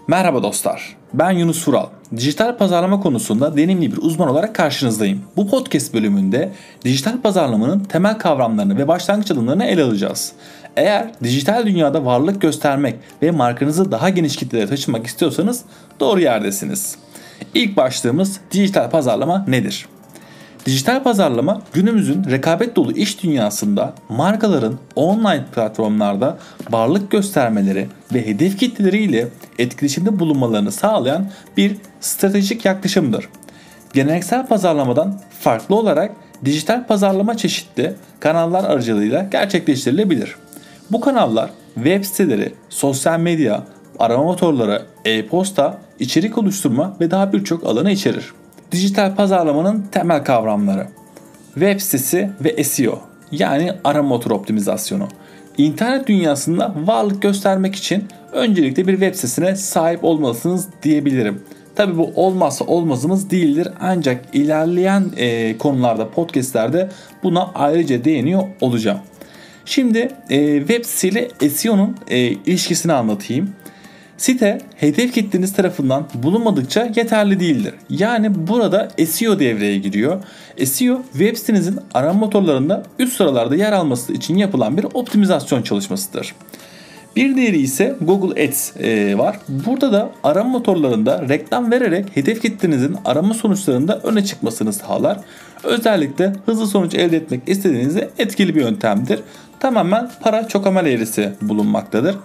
Merhaba dostlar, ben Yunus Vural. Dijital pazarlama konusunda deneyimli bir uzman olarak karşınızdayım. Bu podcast bölümünde dijital pazarlamanın temel kavramlarını ve başlangıç adımlarını ele alacağız. Eğer dijital dünyada varlık göstermek ve markanızı daha geniş kitlelere taşımak istiyorsanız doğru yerdesiniz. İlk başlığımız dijital pazarlama nedir? Dijital pazarlama günümüzün rekabet dolu iş dünyasında markaların online platformlarda varlık göstermeleri ve hedef kitleleriyle etkileşimde bulunmalarını sağlayan bir stratejik yaklaşımdır. Geleneksel pazarlamadan farklı olarak dijital pazarlama çeşitli kanallar aracılığıyla gerçekleştirilebilir. Bu kanallar web siteleri, sosyal medya, arama motorları, e-posta, içerik oluşturma ve daha birçok alanı içerir. Dijital pazarlamanın temel kavramları: web sitesi ve SEO, yani arama motoru optimizasyonu. İnternet dünyasında varlık göstermek için öncelikle bir web sitesine sahip olmalısınız diyebilirim. Tabii bu olmazsa olmazımız değildir, ancak ilerleyen konularda, podcastlerde buna ayrıca değiniyor olacağım. Şimdi web site ile SEO'nun ilişkisini anlatayım. Site hedef kitleniz tarafından bulunmadıkça yeterli değildir. Yani burada SEO devreye giriyor. SEO web sitenizin arama motorlarında üst sıralarda yer alması için yapılan bir optimizasyon çalışmasıdır. Bir diğeri ise Google Ads var. Burada da arama motorlarında reklam vererek hedef kitlenizin arama sonuçlarında öne çıkmasını sağlar. Özellikle hızlı sonuç elde etmek istediğinizde etkili bir yöntemdir. Tamamen para çok amel eğrisi bulunmaktadır.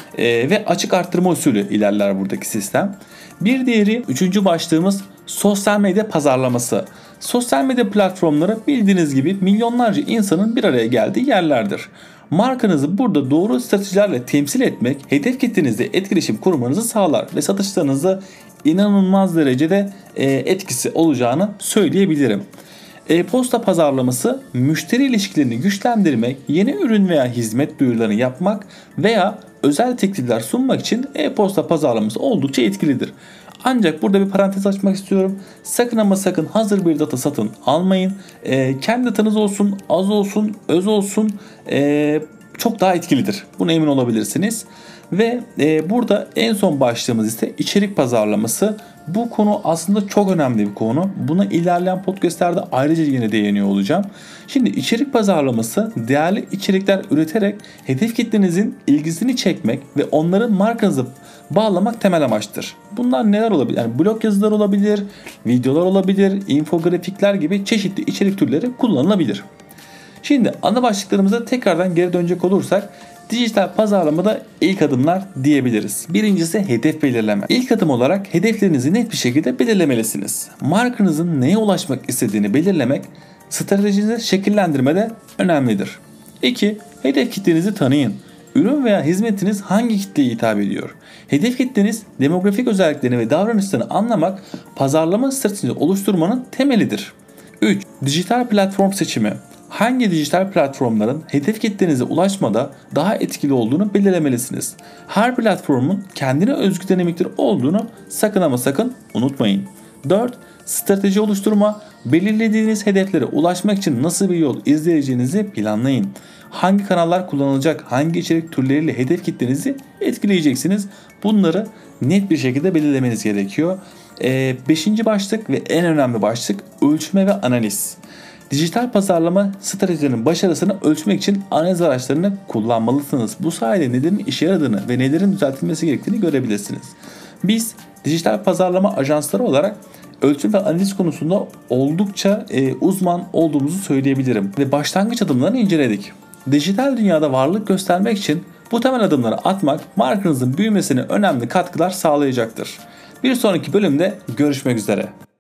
Ve açık arttırma usulü ilerler buradaki sistem. Bir diğeri, üçüncü başlığımız sosyal medya pazarlaması. Sosyal medya platformları bildiğiniz gibi milyonlarca insanın bir araya geldiği yerlerdir. Markanızı burada doğru stratejilerle temsil etmek, hedef kitlenizle etkileşim kurmanızı sağlar ve satışlarınızda inanılmaz derecede etkisi olacağını söyleyebilirim. E-posta pazarlaması, müşteri ilişkilerini güçlendirmek, yeni ürün veya hizmet duyurularını yapmak veya özel teklifler sunmak için e-posta pazarlaması oldukça etkilidir. Ancak burada bir parantez açmak istiyorum. Sakın ama sakın hazır bir data satın almayın. Kendi datanız olsun, az olsun, öz olsun, çok daha etkilidir. Buna emin olabilirsiniz. Ve burada en son başlığımız ise içerik pazarlaması. Bu konu aslında çok önemli bir konu. Buna ilerleyen podcastlerde ayrıca yine değiniyor olacağım. Şimdi içerik pazarlaması, değerli içerikler üreterek hedef kitlenizin ilgisini çekmek ve onların markanızı bağlamak temel amaçtır. Bunlar neler olabilir? Yani blog yazıları olabilir, videolar olabilir, infografikler gibi çeşitli içerik türleri kullanılabilir. Şimdi ana başlıklarımıza tekrardan geri dönecek olursak, dijital pazarlamada ilk adımlar diyebiliriz. Birincisi hedef belirleme. İlk adım olarak hedeflerinizi net bir şekilde belirlemelisiniz. Markanızın neye ulaşmak istediğini belirlemek, stratejinizi şekillendirmede önemlidir. 2. Hedef kitlenizi tanıyın. Ürün veya hizmetiniz hangi kitleye hitap ediyor? Hedef kitleniz demografik özelliklerini ve davranışlarını anlamak, pazarlama stratejisi oluşturmanın temelidir. 3. Dijital platform seçimi. Hangi dijital platformların hedef kitlenize ulaşmada daha etkili olduğunu belirlemelisiniz. Her platformun kendine özgü dinamikleri olduğunu sakın ama sakın unutmayın. 4. Strateji oluşturma. Belirlediğiniz hedeflere ulaşmak için nasıl bir yol izleyeceğinizi planlayın. Hangi kanallar kullanılacak, hangi içerik türleriyle hedef kitlenizi etkileyeceksiniz? Bunları net bir şekilde belirlemeniz gerekiyor. 5. başlık ve en önemli başlık ölçme ve analiz. Dijital pazarlama stratejilerinin başarısını ölçmek için analiz araçlarını kullanmalısınız. Bu sayede nelerin işe yaradığını ve nelerin düzeltilmesi gerektiğini görebilirsiniz. Biz dijital pazarlama ajansları olarak ölçüm ve analiz konusunda oldukça uzman olduğumuzu söyleyebilirim. Ve başlangıç adımlarını inceledik. Dijital dünyada varlık göstermek için bu temel adımları atmak markanızın büyümesine önemli katkılar sağlayacaktır. Bir sonraki bölümde görüşmek üzere.